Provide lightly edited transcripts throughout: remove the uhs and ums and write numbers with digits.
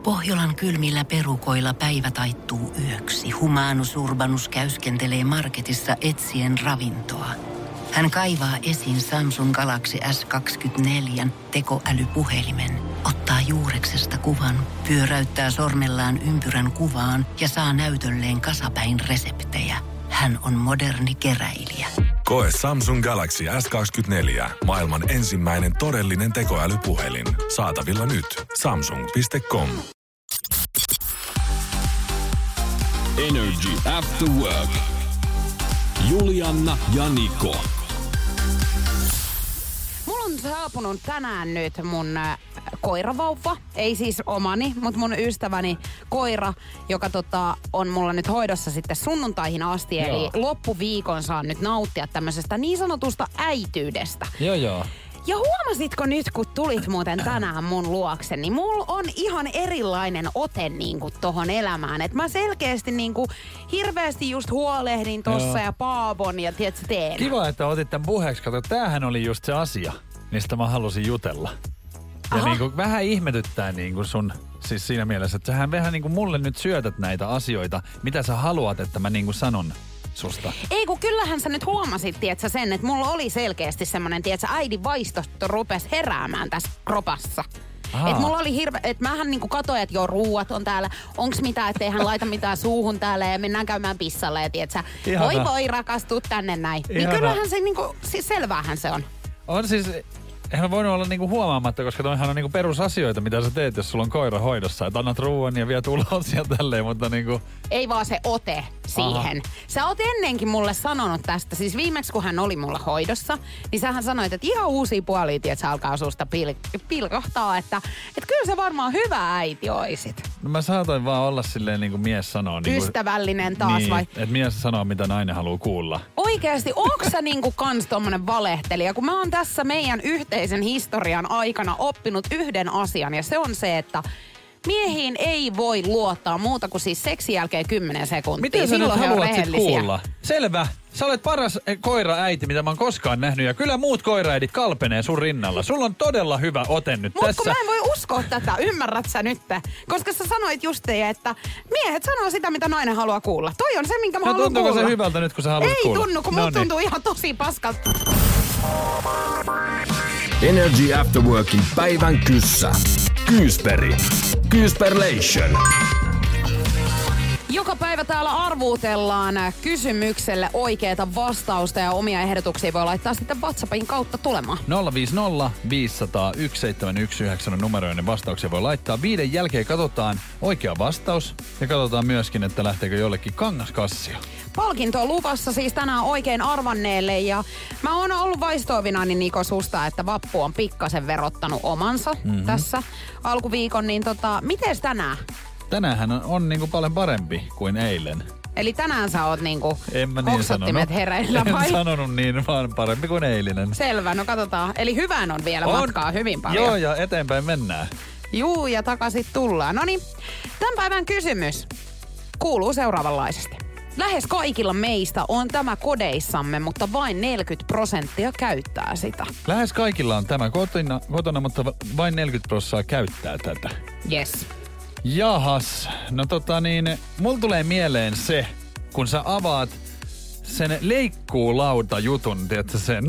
Pohjolan kylmillä perukoilla päivä taittuu yöksi. Humanus Urbanus käyskentelee marketissa etsien ravintoa. Hän kaivaa esiin Samsung Galaxy S24 tekoälypuhelimen, ottaa juureksesta kuvan, pyöräyttää sormellaan ympyrän kuvaan ja saa näytölleen kasapäin reseptejä. Hän on moderni keräilijä. Koe Samsung Galaxy S24. Maailman ensimmäinen todellinen tekoälypuhelin. Saatavilla nyt. Samsung.com. Energy After Work. Julianna ja Niko. Mulla on saapunut tänään nyt mun koiravauva. Ei siis omani, mutta mun ystäväni koira, joka on mulla nyt hoidossa sitten sunnuntaihin asti. Joo. Eli loppuviikon saan nyt nauttia tämmöisestä niin sanotusta äityydestä. Joo. Ja huomasitko nyt, kun tulit muuten tänään mun luokse, niin mulla on ihan erilainen ote niinku tohon elämään. Et mä selkeästi niinku hirveästi just huolehdin tossa ja paavon ja tiedätkö teen. Kiva, että otit tämän puheeksi. Kato, tämähän oli just se asia, mistä mä halusin jutella. Ja niinku vähän ihmetyttää niinku sun, siis siinä mielessä, että sähän vähän niinku mulle nyt syötät näitä asioita, mitä sä haluat, että mä niinku sanon susta. Ei, kun kyllähän sä nyt huomasit, tietsä, sen, että mulla oli selkeästi semmonen, tietsä, äidin vaisto rupes heräämään tässä kropassa. Että mulla oli että mähän niinku katoin, että joo, ruuat on täällä, onks mitään, ettei hän laita mitään suuhun täällä ja mennään käymään pissalla ja tietsä, voi rakastu tänne näin. Ihana. Niin kyllähän se niinku, siis selväähän se on. On siis, eihän voinut olla niinku huomaamatta, koska toihan on niinku perusasioita, mitä sä teet, jos sulla on koira hoidossa. Että annat ruuan ja viet ulos ja tälleen, mutta niinku... Ei vaan se ote siihen. Sä oot ennenkin mulle sanonut tästä, siis viimeksi kun hän oli mulla hoidossa, niin sähän sanoit, että ihan uusia puolia, että sä alkaa susta pilkohtaa, että kyllä se varmaan hyvä äiti oisit. No mä saatoin vaan olla silleen niin kuin mies sanoo. Niin ystävällinen taas niin, vai? Että mies sanoo, mitä nainen haluaa kuulla. Oikeesti, onko sä niinku kans tommonen valehtelija? Kun mä oon tässä meidän yhteisen historian aikana oppinut yhden asian ja se on se, että miehiin ei voi luottaa muuta kuin siis seksin jälkeen 10 sekuntia. Miten sä nyt haluat sit kuulla? Selvä. Sä olet paras koiraäiti, mitä mä oon koskaan nähnyt. Ja kyllä muut koiraäidit kalpenee sun rinnalla. Sulla on todella hyvä ote nyt tässä. Mutta mä en voi uskoa tätä, ymmärrät sä nyt? Koska sä sanoit just että miehet sanoo sitä, mitä nainen haluaa kuulla. Toi on se, minkä mä haluan kuulla. Tuntuuko se hyvältä nyt, kun sä haluat kuulla? Ei tunnu, kun muut tuntuu ihan tosi paskalta. Energy After Workin päivän kyssä. Kyysperi. Kyysperlation. Joka päivä täällä arvuutellaan kysymykselle oikeaa vastausta ja omia ehdotuksia voi laittaa sitten WhatsAppin kautta tulemaan. 050 500 1719 on numero, jonne vastauksia voi laittaa. 5 jälkeen katsotaan oikea vastaus ja katsotaan myöskin, että lähteekö jollekin kangaskassia. Palkinto on luvassa siis tänään oikein arvanneelle ja mä oon ollut vaistoavinani Niko susta, että Vappu on pikkasen verottanut omansa tässä alkuviikon, niin mites tänään? Tänäänhän on niinku paljon parempi kuin eilen. Eli tänään sä oot niinku hoksottimet hereillä vai? En sanonut niin, vaan parempi kuin eilinen. Selvä, no katsotaan. Eli hyvään on vielä matkaa hyvin paljon. Joo, ja eteenpäin mennään. Juu, ja takaisin tullaan. Noniin, tämän päivän kysymys kuuluu seuraavanlaisesti. Lähes kaikilla meistä on tämä kodeissamme, mutta vain 40% käyttää sitä. Lähes kaikilla on tämä kotona, mutta vain 40% käyttää tätä. Yes. Jahas, no mulla tulee mieleen se, kun sä avaat sen leikkuulauta-jutun, tiedätkö sen?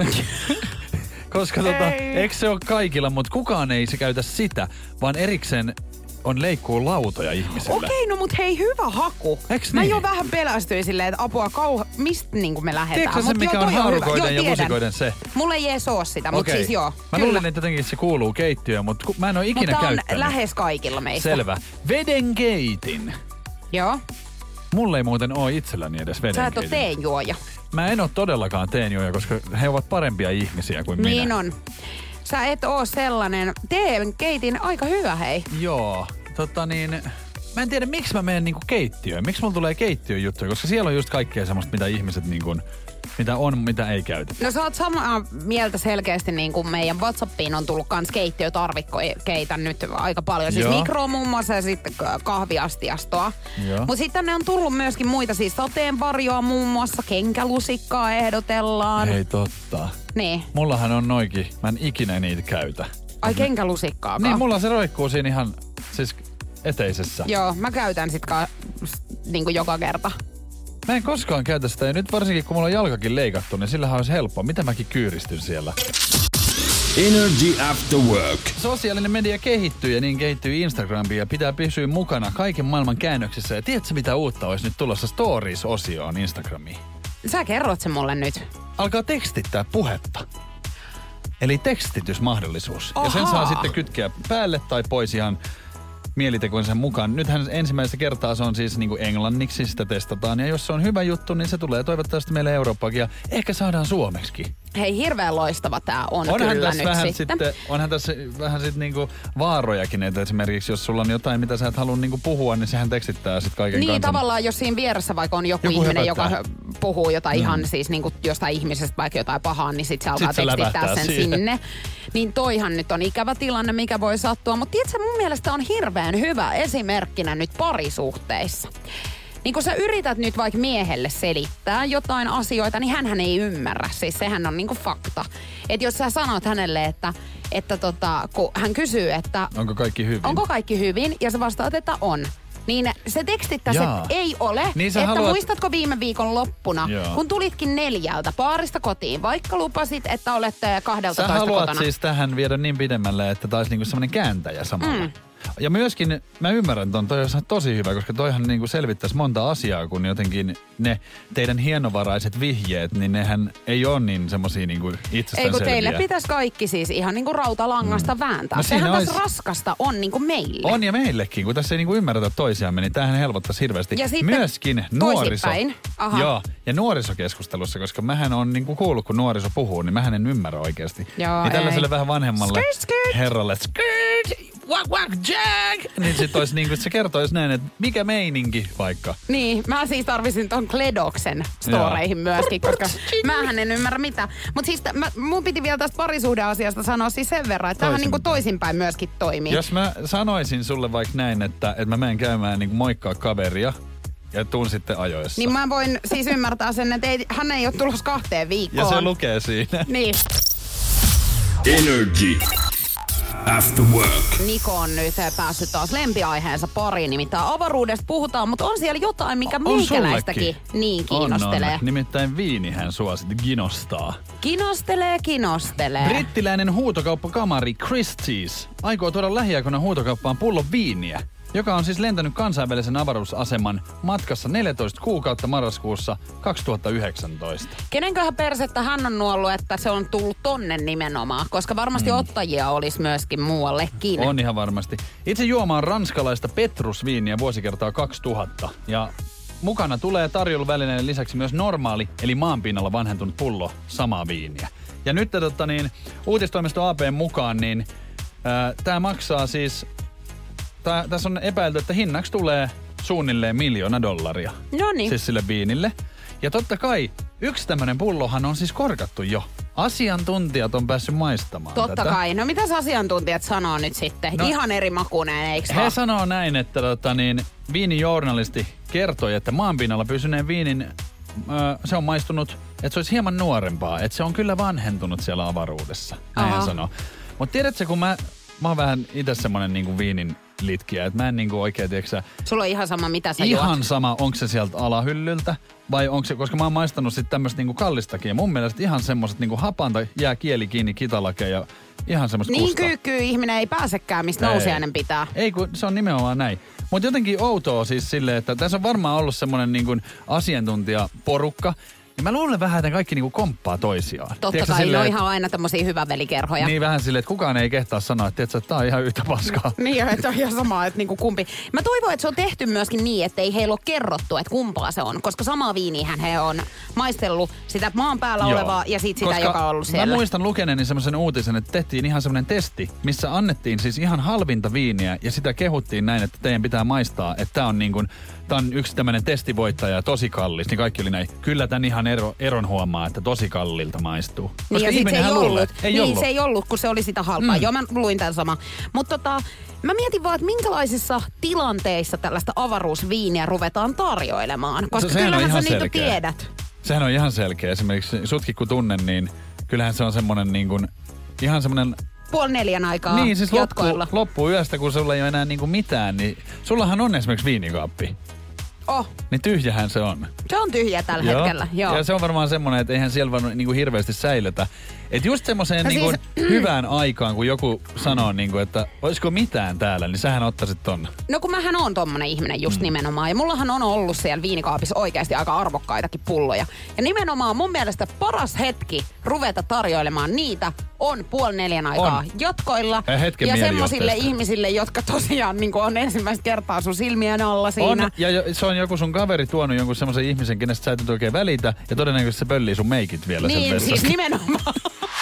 Koska eikö se ole kaikilla, mutta kukaan ei se käytä sitä, vaan erikseen on leikkuulautoja ihmisillä. Okei, no mut hei, hyvä haku. Eks mä niin? jo vähän pelästyin silleen, että apua mistä niinku me lähdetään. Tiedätkö se, mikä on haarukoiden ja musikoiden se? Mulle ei ees oo sitä, mutta siis joo. Mä luulen, että jotenkin se kuuluu keittiöön, mutta mä en oo ikinä käyttänyt. Mutta on lähes kaikilla meistä. Selvä. Vedenkeitin. Joo. Mulle ei muuten oo itselläni edes vedenkeitin. Sä et oo teenjuoja. Mä en oo todellakaan teenjuoja, koska he ovat parempia ihmisiä kuin minä. Niin on. Sä et oo sellainen. Keitin aika hyvä, hei. Joo. Mä en tiedä, miksi mä menen niinku keittiöön. Miksi mulla tulee keittiön juttuja, koska siellä on just kaikkea semmoista, mitä ihmiset niinku, mitä on, mitä ei käytetä. No sä oot samaa mieltä selkeästi, niin kuin meidän WhatsAppiin on tullut kans keittiötarvikkeita nyt aika paljon. Siis mikroa muun muassa ja sitten kahviastiastoa. Mutta sitten tänne on tullut myöskin muita, siis sateenvarjoa muun muassa, kenkälusikkaa ehdotellaan. Hei totta. Niin. Mullahan on noikin, mä en ikinä niitä käytä. Ai kenkälusikkaakaan? Niin, mulla se roikkuu siinä ihan, siis eteisessä. Joo, mä käytän sit niinku joka kerta. Mä en koskaan käytä sitä, ja nyt varsinkin kun mulla on jalkakin leikattu, niin sillähän olisi helppoa. Mitä mäkin kyyristyn siellä? Energy After Work. Sosiaalinen media kehittyy ja niin kehittyy Instagramiin ja pitää pysyä mukana kaiken maailman käännöksissä. Ja tiedätkö mitä uutta olisi nyt tulossa Stories-osioon Instagramiin? Sä kerrot se mulle nyt. Alkaa tekstittää puhetta. Eli tekstitysmahdollisuus. Oha. Ja sen saa sitten kytkeä päälle tai pois ihan mielitekoisen mukaan. Nythän ensimmäistä kertaa se on siis niin kuin englanniksi, sitä testataan. Ja jos se on hyvä juttu, niin se tulee toivottavasti meille Eurooppaakin. Ja ehkä saadaan suomeksikin. Hei, hirveän loistava tää on onhan kyllä tässä nyt vähän sitten. Onhan tässä vähän sitten niinku vaarojakin, että esimerkiksi jos sulla on jotain, mitä sä et halua niinku puhua, niin sehän tekstittää sitten kaiken Niin, kansan. tavallaan jos siinä vieressä vaikka on joku ihminen, joka puhuu jotain ihan siis niinku jostain ihmisestä vaikka jotain pahaa, niin sit se alkaa Sit se tekstittää sen siihen. sinne. Niin toihan nyt on ikävä tilanne, mikä voi sattua. Mutta tiedätkö, mun mielestä on hirveän hyvä esimerkkinä nyt parisuhteissa. Niin kun sä yrität nyt vaikka miehelle selittää jotain asioita, niin hänhän ei ymmärrä. Siis sehän on niinku fakta. Että jos sä sanot hänelle, että kun hän kysyy, että onko kaikki hyvin? Onko kaikki hyvin? Ja sä vastaat, että on. Niin se tekstittäisi, että ei ole. Niin että haluat... muistatko viime viikon loppuna, Joo. kun tulitkin 4 baarista kotiin, vaikka lupasit, että olette 12 Sä haluat kotona. siis tähän viedä niin pidemmälle, että taisi niinku semmoinen kääntäjä samalla. Ja myöskin, mä ymmärrän ton, toi on tosi hyvä, koska toihan niinku selvittäisi monta asiaa, kun jotenkin ne teidän hienovaraiset vihjeet, niin nehän ei ole niin semmosia niinku itsestäänselviä. Ei kun teille pitäisi kaikki siis ihan niinku rautalangasta vääntää. No Sehän siinä tässä raskasta on niinku meille. On ja meillekin, kun tässä ei niinku ymmärretä toisiamme, niin tämähän helpottaisi hirveästi. Ja sitten myöskin nuoriso. toisinpäin. Aha. Joo, ja nuorisokeskustelussa, koska mähän on niinku kuullut, kun nuoriso puhuu, niin mähän en ymmärrä oikeasti. Joo, niin tällaiselle ei. vähän vanhemmalle Skirt. herralle, skirt, wak Jack, niin sit olisi niinku, se kertoisi näin, että mikä meininki vaikka. Niin, mä siis tarvisin ton Kledoksen storeihin myöskin, koska mähän en ymmärrä mitään. Mutta siis mun piti vielä tästä parisuhdeasiasta sanoa siis sen verran, että tämähän niinku toisinpäin myöskin toimii. Jos mä sanoisin sulle vaikka näin, että mä menen käymään niinku moikkaa kaveria ja tuun sitten ajoissa. Niin mä voin siis ymmärtää sen, että hän ei ole tulossa 2 viikkoon. Ja se lukee siinä. Niin. Energy After Work. Niko on nyt päässyt taas lempiaiheensa pariin, nimittäin avaruudesta puhutaan, mutta on siellä jotain, mikä meikäläistäkin niin kiinnostelee. On. Nimittäin viinihän sua sitten kiinnostaa. Kiinnostelee. Brittiläinen huutokauppakamari Christie's aikoo tuoda lähiaikoina huutokauppaan pullon viiniä, joka on siis lentänyt kansainvälisen avaruusaseman matkassa 14 kuukautta marraskuussa 2019. Kenenköhän persettä hän on nuollut, että se on tullut tonne nimenomaan, koska varmasti ottajia olisi myöskin muuallekin. On ihan varmasti. Itse juoma on ranskalaista Petrus-viiniä vuosikertaa 2000 ja mukana tulee tarjouluvälineen lisäksi myös normaali, eli maanpinnalla vanhentunut pullo samaa viiniä. Ja nyt uutistoimisto AP:n mukaan, niin tämä maksaa siis, tässä on epäilty, että hinnaksi tulee suunnilleen $1 miljoonaa. Noniin. Siis sille viinille. Ja totta kai, yksi tämmönen pullohan on siis korkattu jo. Asiantuntijat on päässyt maistamaan Totta tätä. kai. No mitäs asiantuntijat sanoo nyt sitten? No, ihan eri makuinen, eikö He vaan? sanoo näin, että viinijournalisti kertoi, että maanpinnalla pysyneen viinin se on maistunut, että se olisi hieman nuorempaa. Että se on kyllä vanhentunut siellä avaruudessa. Näin hän sanoo. Mutta tiedätkö, kun mä oon vähän itse semmonen niinku viinin litkiä, että mä en niinku oikein, tiedätkö Sulla on ihan sama, mitä sä ihan juot. sama, onko se sieltä alahyllyltä vai onko se, koska mä oon maistanut sitten tämmöistä niinku kallistakin ja mun mielestä ihan semmoiset niinku hapanta jää kieli kiinni kitalake ja ihan semmoista Niin kustaa. kyykkyy ihminen ei pääsekään, mistä nousiainen pitää. Ei, kun se on nimenomaan näin. Mutta jotenkin outoa siis silleen, että tässä on varmaan ollut semmoinen niinku asiantuntijaporukka. Ja mä luulen vähän, että kaikki niinku komppaa toisiaan. Totta Tiedätkö, kai, ne silleen, on ihan aina tämmöisiä hyvävelikerhoja. niin vähän silleen, että kukaan ei kehtaa sanoa, että tiedätkö, tää on ihan yhtä paskaa. Niin, että on ihan sama, että niinku kumpi. Mä toivon, että se on tehty myöskin niin, että ei heillä ole kerrottu, että kumpaa se on. Koska samaa viiniähän he on maistellut sitä maan päällä olevaa ja sit sitä, joka on ollut siellä. Mä muistan lukeneeni semmoisen uutisen, että tehtiin ihan semmoinen testi, missä annettiin siis ihan halvinta viiniä ja sitä kehuttiin näin, että teidän pitää maistaa, että tää on niin kuin, tää on yksi tämmöinen testivoittaja ja tosi kallis. Niin kaikki oli näin, kyllä tän ihan eron huomaa, että tosi kallilta maistuu. Niin, Koska ja sit se ei ollut. Ei ollut. Se ei ollut, kun se oli sitä halpaa. Joo, mä luin tämän sama. Mutta mä mietin vaan, että minkälaisissa tilanteissa tällaista avaruusviiniä ruvetaan tarjoilemaan. Koska Sehän on kyllähän ihan sä niitä selkeä. tiedät. Sehän on ihan selkeä. Esimerkiksi sutkin kun tunnen, niin kyllähän se on semmonen niin kuin, ihan semmonen 3:30 aikaa Niin, siis jatkoilla. loppuyöstä, kun sulla ei ole enää niinku mitään, niin sullahan on esimerkiksi viinikaappi. Niin tyhjähän se on. Se on tyhjä tällä hetkellä, joo. Ja se on varmaan semmoinen, että eihän siellä vaan niinku hirveästi säilytä. Että just semmoiseen niinku hyvään aikaan, kun joku sanoo, niinku, että olisiko mitään täällä, niin sähän ottaisit ton. No kun mähän on tommonen ihminen just nimenomaan. Ja mullahan on ollut siellä viinikaapissa oikeasti aika arvokkaitakin pulloja. Ja nimenomaan mun mielestä paras hetki ruveta tarjoilemaan niitä on 3:30 aikaa jatkoilla. Ja semmosille ihmisille, jotka tosiaan niinku on ensimmäistä kertaa sun silmien alla siinä. On, ja se on joku sun kaveri tuonut jonkun semmoisen ihmisen, kenestä sä et oikein välitä. Ja todennäköisesti se pöllii sun meikit vielä sen Niin, vessasta. siis nimenomaan.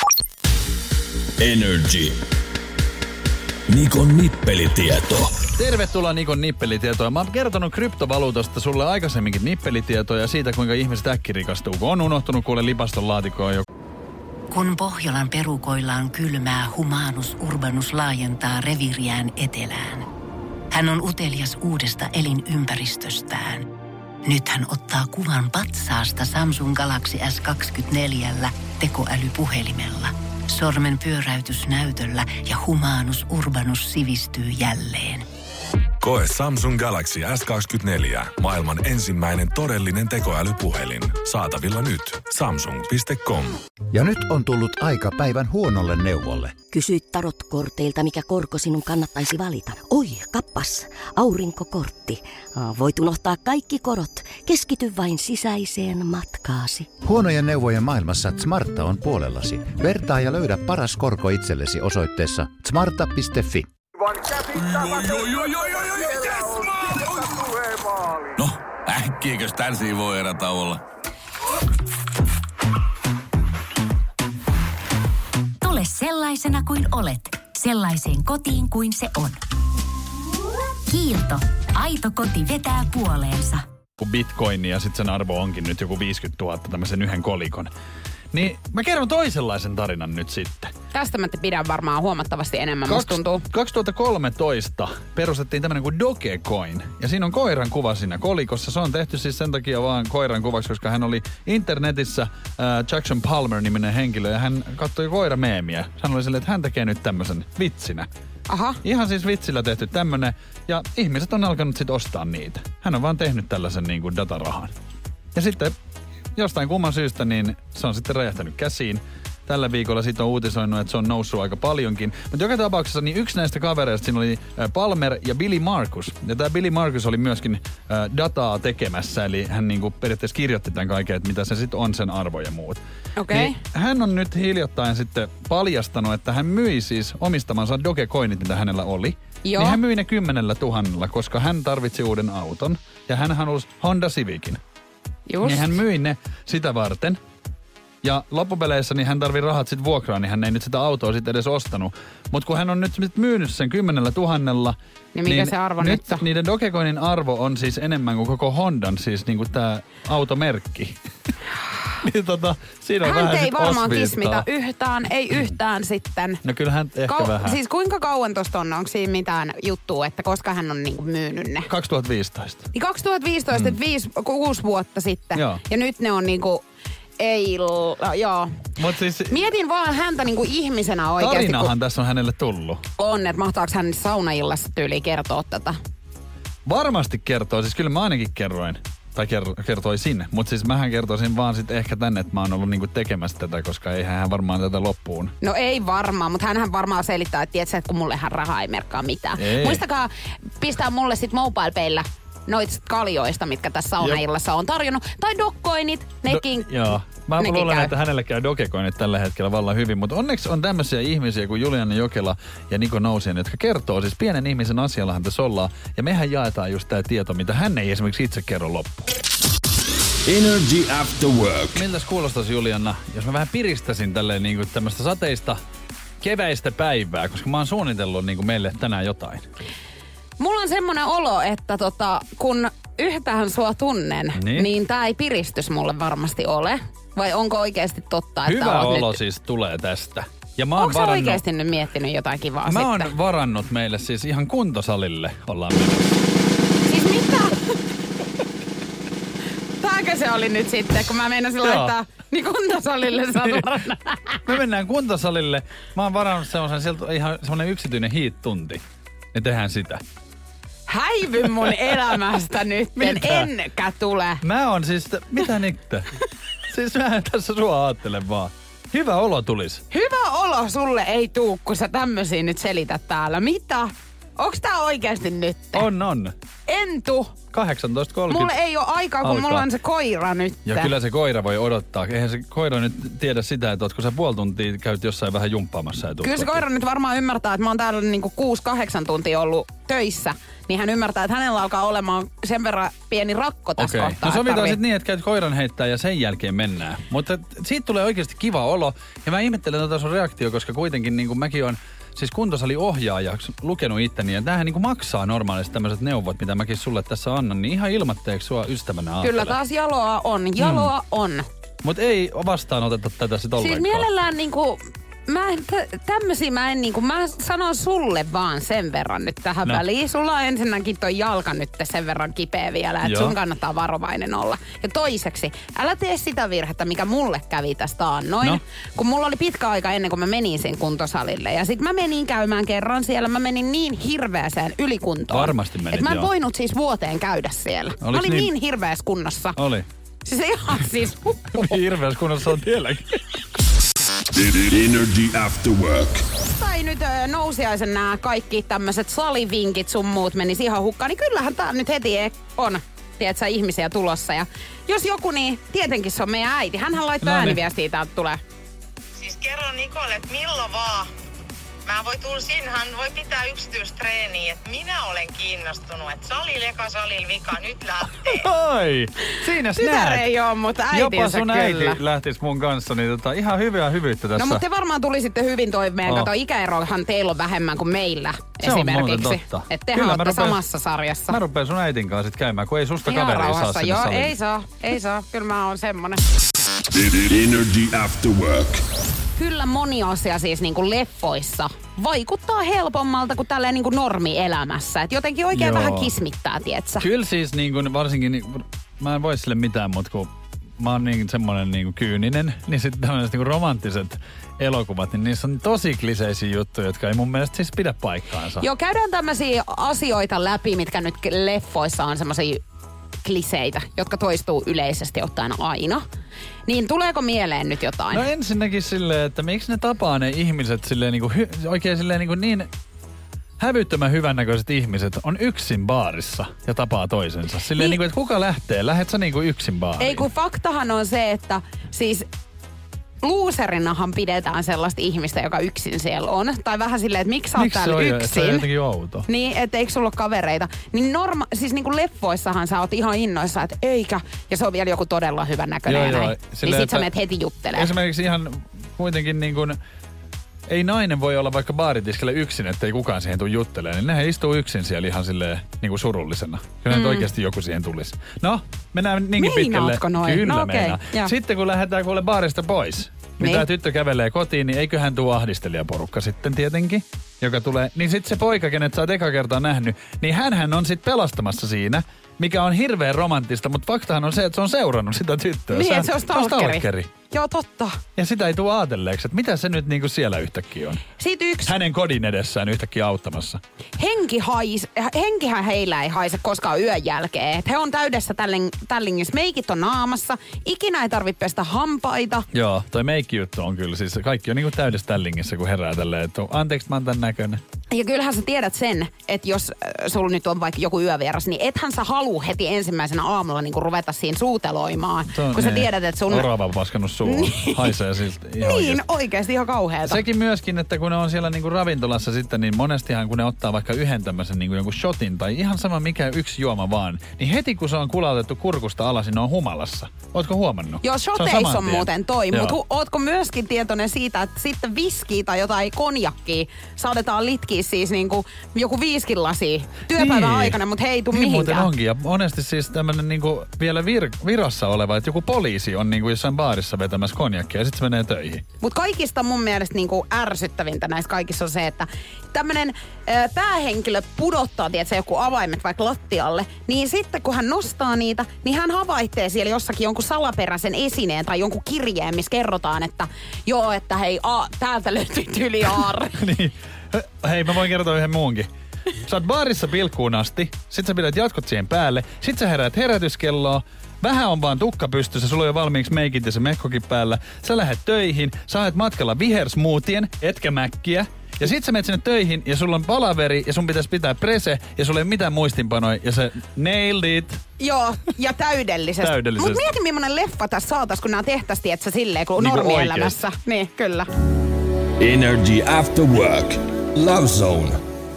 Energy. Nikon nippelitieto. Tervetuloa Nikon nippelitietoja. Mä oon kertonut kryptovaluutasta sulle aikaisemminkin nippelitietoja siitä, kuinka ihmiset äkkirikastuu. Kun on unohtunut kuule lipaston laatikkoon jo. Kun Pohjolan perukoilla on kylmää, Humanus Urbanus laajentaa reviiriään etelään. Hän on utelias uudesta elinympäristöstään. Nyt hän ottaa kuvan patsaasta Samsung Galaxy S24 tekoälypuhelimella. Sormen pyöräytys näytöllä ja Humanus Urbanus sivistyy jälleen. Koe Samsung Galaxy S24. Maailman ensimmäinen todellinen tekoälypuhelin. Saatavilla nyt. Samsung.com. Ja nyt on tullut aika päivän huonolle neuvolle. Kysy tarotkorteilta, mikä korko sinun kannattaisi valita. Oi, kappas, aurinkokortti. Voit unohtaa kaikki korot. Keskity vain sisäiseen matkaasi. Huonojen neuvojen maailmassa Smarta on puolellasi. Vertaa ja löydä paras korko itsellesi osoitteessa smarta.fi. No, äkkiäkös tän voi erätä olla? Tule sellaisena kuin olet, sellaiseen kotiin kuin se on. Kiilto. Aito koti vetää puoleensa. Kun bitcoini ja sitten sen arvo onkin nyt joku 50 000 tämmöisen yhden kolikon. Niin mä kerron toisenlaisen tarinan nyt sitten. Tästä mä pidän varmaan huomattavasti enemmän, musta tuntuu. 2013 perustettiin tämmönen kuin Dogecoin. Ja siinä on koiran kuva siinä kolikossa. Se on tehty siis sen takia vaan koiran kuvaksi, koska hän oli internetissä Jackson Palmer-niminen henkilö. Ja hän katsoi koirameemiä. Hän oli silleen, että hän tekee nyt tämmöisen vitsinä. Aha. Ihan siis vitsillä tehty tämmönen. Ja ihmiset on alkanut sit ostaa niitä. Hän on vaan tehnyt tällaisen niin kuin datarahan. Ja sitten jostain kumman syystä, niin se on sitten räjähtänyt käsiin. Tällä viikolla siitä on uutisoinut, että se on noussut aika paljonkin. Mutta joka tapauksessa niin yksi näistä kavereista, siinä oli Palmer ja Billy Markus. Ja tämä Billy Markus oli myöskin dataa tekemässä, eli hän niinku periaatteessa kirjoitti tämän kaiken, että mitä se sitten on sen arvo ja muut. Okei. Niin hän on nyt hiljattain sitten paljastanut, että hän myi siis omistamansa Dogecoinit, mitä hänellä oli. Joo. Niin hän myi ne 10 000, koska hän tarvitsi uuden auton. Ja hän halusi Honda Civicin. Just. Niin hän myi ne sitä varten. Ja loppupeleissä niin hän tarvii rahat sit vuokraan, niin hän ei nyt sitä autoa sit edes ostanut. Mutta kun hän on nyt myynyt sen 10 000, niin mikä se arvo nyt on? Niiden Dogecoinin arvo on siis enemmän kuin koko Hondan, siis niinku tää automerkki. Niin siinä on hän vähän ei varmaan osviittaa. kismitä yhtään, ei yhtään sitten. No kyllähän ehkä vähän. Siis kuinka kauan tosta on? Onko siinä mitään juttua, että koska hän on niinku myynyt ne? 2015. Niin 2015, 6 vuotta sitten. Joo. Ja nyt ne on niinku... joo. Mut siis Mietin vaan häntä niinku ihmisenä oikeasti. tarinahan tässä on hänelle tullut. On, että mahtaako hän saunaillassa tyyliin kertoa tätä? Varmasti kertoo, siis kyllä mä ainakin kerroin. Tai kertoisin, mutta siis mähän kertoisin vaan sitten ehkä tänne, että mä oon ollut niinku tekemässä tätä, koska eihän hän varmaan tätä loppuun. No ei varmaan, mutta hänhän varmaan selittää, että tiedätkö, että kun mullehan rahaa ei merkkaa mitään. Ei. Muistakaa pistää mulle sit MobilePaylla noita kaljoista, mitkä tässä saunaillassa on tarjonnut. Tai Dogecoinit, nekin. Joo. Mä nekin luulen, käy. että hänelle käy Dogecoinit tällä hetkellä vallan hyvin, mutta onneksi on tämmöisiä ihmisiä kuin Juliana Jokela ja Niko Nousien, jotka kertoo siis pienen ihmisen asiallahan tässä ollaan. Ja mehän jaetaan just tää tieto, mitä hän ei esimerkiksi itse kerro loppuun. Energy After Work. Miltäs kuulostaisi Juliana, jos mä vähän piristäisin tälleen niinku tämmöistä sateista keväistä päivää, koska mä oon suunnitellut niinku meille tänään jotain. Mulla on semmoinen olo, että kun yhtään sua tunnen, niin tää ei piristys mulle varmasti ole. Vai onko oikeasti totta, että hyvä oot olo nyt... siis tulee tästä. Ja mä oon onko sä oikeasti nyt miettinyt jotain kivaa mä sitten? oon varannut meille siis ihan kuntosalille ollaan menossa. Siis mitä? Tääkö se oli nyt sitten, kun mä meinasin laittaa niin kuntosalille saturana? Me mennään kuntosalille. Mä oon varannut semmoisen, sieltä on ihan semmoinen yksityinen hiit-tunti. Ja tehdään sitä. Häivy mun elämästä nyt, enkä tule. Mä oon siis, mitä Nitte? Siis mä en tässä sua aattele vaan. Hyvä olo tulis. Hyvä olo sulle ei tuu, kun sä tämmösiä nyt selität täällä. Mitä? Onks tää oikeesti nyt? On. En tuu. 18.30. Mulla ei oo aikaa, kun mulla on se koira nyt. Ja kyllä se koira voi odottaa. Eihän se koira nyt tiedä sitä, että ootko sä puoli tuntia käyt jossain vähän jumppaamassa. Kyllä se koira nyt varmaan ymmärtää, että mä oon täällä niinku 6-8 tuntia ollut töissä. Niin hän ymmärtää, että hänellä alkaa olemaan sen verran pieni rakko tässä kohtaa. No sovitaan sitten niin, että käyt koiran heittää ja sen jälkeen mennään. Mutta siitä tulee oikeasti kiva olo. Ja mä ihmettelen tota sun reaktio, koska kuitenkin niin kuin mäkin on siis kuntosaliohjaajaksi lukenut itteni. Ja tämähän niin kuin maksaa normaalisti tämmöiset neuvot, mitä mäkin sulle tässä annan. Niin ihan ilmatteeksi sua ystävänä ajattele. Kyllä taas jaloa on. Mutta ei vastaanoteta tätä sit ollenkaan. Siis mielellään niinku... Mä sanon sulle vaan sen verran nyt tähän väliin. Sulla on ensinnäkin toi jalka nyt sen verran kipeä vielä, että sun kannattaa varovainen olla. Ja toiseksi, älä tee sitä virhettä, mikä mulle kävi tästä taannoin. No. Kun mulla oli pitkä aika ennen kuin mä menin sen kuntosalille. Ja sit mä menin käymään kerran siellä, mä menin niin hirveäseen ylikuntoon. Varmasti menit, että mä en voinut siis vuoteen käydä siellä. Mä olin niin hirveässä kunnossa. Oli. Siis ihan siis... Hirveässä kunnossa on tielläkin. Energy After Work. Tai nyt nousiaisen nämä kaikki tämmöiset salivinkit sun muut menisi ihan hukkaan, niin kyllähän tää nyt heti on, tiedätkö, ihmisiä tulossa. Ja jos joku, niin tietenkin se on meidän äiti. Hänhän laittoi ääniviestiä, täältä tulee. Siis kerro Nikolle, että milloin vaan. Mä voi tulla sinne, hän voi pitää yksityistreeniä, että minä olen kiinnostunut, että salilla eka salilla vika, nyt lähtee. Oi, siinä tytär ei oo, mutta äitinsä jopa sun kyllä. äiti lähtis mun kanssa, niin ihan hyvää hyvyyttä tässä. No mutta te varmaan tulisitte hyvin toimeen. Kato, ikäerohan teillä on vähemmän kuin meillä se esimerkiksi. On totta. Että tehän olette samassa sarjassa. Mä rupean sun äitin kanssa sit käymään, kun ei susta ihan kaveria rauhassa. saa sinne Joo, salille. ei saa. Kyllä mä oon semmonen. Energy After Work. Kyllä moni asia siis niin kuin leffoissa vaikuttaa helpommalta kuin tälleen niin kuin normielämässä. Et jotenkin oikein vähän kismittää, tietsä. Kyllä siis niin kuin, varsinkin, niin, mä en voi sille mitään, mutta kun mä oon niin semmonen niin kuin kyyninen, niin sitten tämmöiset niin kuin romanttiset elokuvat, niin niissä on tosi kliseisiä juttuja, jotka ei mun mielestä siis pidä paikkaansa. Joo, käydään tämmöisiä asioita läpi, mitkä nyt leffoissa on semmoisia kliseitä, jotka toistuu yleisesti ottaen aina. Niin tuleeko mieleen nyt jotain? No ensinnäkin silleen, että miksi ne tapaa ne ihmiset silleen niinku, oikein silleen niinku niin hävyttömän hyvännäköiset ihmiset on yksin baarissa ja tapaa toisensa. Silleen niinku, että kuka lähtee? Lähet sä niinku yksin baariin? Ei, kun faktahan on se, että siis luuserinahan pidetään sellaista ihmistä, joka yksin siellä on. Tai vähän silleen, että miksi sä oot täällä yksin. Se on jotenkin outo. Niin, että eikö sulla ole kavereita. Niin siis niin kuin leffoissahan sä oot ihan innoissa, että eikä. Ja se on vielä joku todella hyvän näköinen ja näin. Niin sit sä menet heti juttelemaan. Esimerkiksi ihan kuitenkin niin kuin, ei nainen voi olla vaikka baaritiskellä yksin, ettei kukaan siihen tule juttelemaan. Niin nehän istuu yksin siellä ihan silleen niin kuin surullisena. Kyllä nyt oikeasti joku siihen tulisi. No, mennään niinkin pitkälle. Meinaatko noin? Kyllä no, meinaa. Sitten kun lähdetään kuule baarista pois, niin tämä tyttö kävelee kotiin, niin eiköhän tuo ahdistelijaporukka sitten tietenkin, joka tulee. Niin sitten se poika, kenet sä oot eka kertaa nähnyt, niin hänhän on sitten pelastamassa siinä, mikä on hirveän romanttista, mutta faktahan on se, että se on seurannut sitä tyttöä. Niin, että se on stalkeri. Joo, totta. Ja sitä ei tule ajatelleeksi, että mitä se nyt niinku siellä yhtäkkiä on. Sitten yksi. Hänen kodin edessään yhtäkkiä auttamassa. Henkihän heillä ei haise koskaan yön jälkeen. Et he on täydessä tällingissä. Meikit on naamassa. Ikinä ei tarvitse pestä hampaita. Joo, toi meikki-juttu on kyllä. Siis kaikki on niinku täydessä tällingissä, kun herää tälleen, että anteeksi, mä oon tän näköinen. Ja kyllähän sä tiedät sen, että jos sulla nyt on vaikka joku yövieras, niin ethän sä halua heti ensimmäisenä aamulla niinku ruveta siinä suuteloimaan. Kun sä tiedät, että sun... Orava on paskannut suuhun. Haisee siltä ihan oikeasti ihan kauheeta. Sekin myöskin, että kun ne on siellä niinku ravintolassa sitten, niin monestihan kun ne ottaa vaikka yhden tämmöisen niinku jonkun shotin tai ihan sama mikä yksi juoma vaan, niin heti kun se on kulautettu kurkusta alas, niin ne on humalassa. Ootko huomannut? Joo, shoteissa on muuten toi, mutta ootko myöskin tietoinen siitä, että sitten viskiä tai jotain konjakkia saatetaan litkiä siis niinku joku 5 lasia työpäivän aikana, mutta he ei tule mihinkään. Muuten onkin, ja monesti siis tämmönen niinku vielä virassa oleva, että joku poliisi on niinku jossain baarissa vetämässä konjakkia ja sitten se menee töihin. Mut kaikista mun mielestä niinku ärsyttävintä näissä kaikissa on se, että tämmönen päähenkilö pudottaa, tiedätkö, joku avaimet vaikka lattialle, niin sitten kun hän nostaa niitä, niin hän havaitsee siellä jossakin jonkun salaperäisen esineen tai jonkun kirjeen, missä kerrotaan, että joo, että hei, täältä löytyy yli aarre. Niin. Hei, mä voin kertoa yhden muunkin. Sä oot baarissa pilkkuun asti, sit sä pidät jatkot siihen päälle, sit sä heräät herätyskelloa, vähän on vaan tukka pystyssä, sulla on jo valmiiksi meikit ja se mekkokin päällä, sä lähdet töihin, sä oot matkalla vihersmoothien, etkä mäkkiä, ja sit sä menet sinne töihin ja sulla on palaveri ja sun pitäisi pitää prese ja sulla ei ole mitään muistinpanoja ja se nailed it. Joo, ja täydellisesti. Mut mieti millainen leffa tässä saatais, kun nää tehtäisiin, että silleen, kun niin normielämässä. Niin, kyllä. Energy After Work. Love Zone.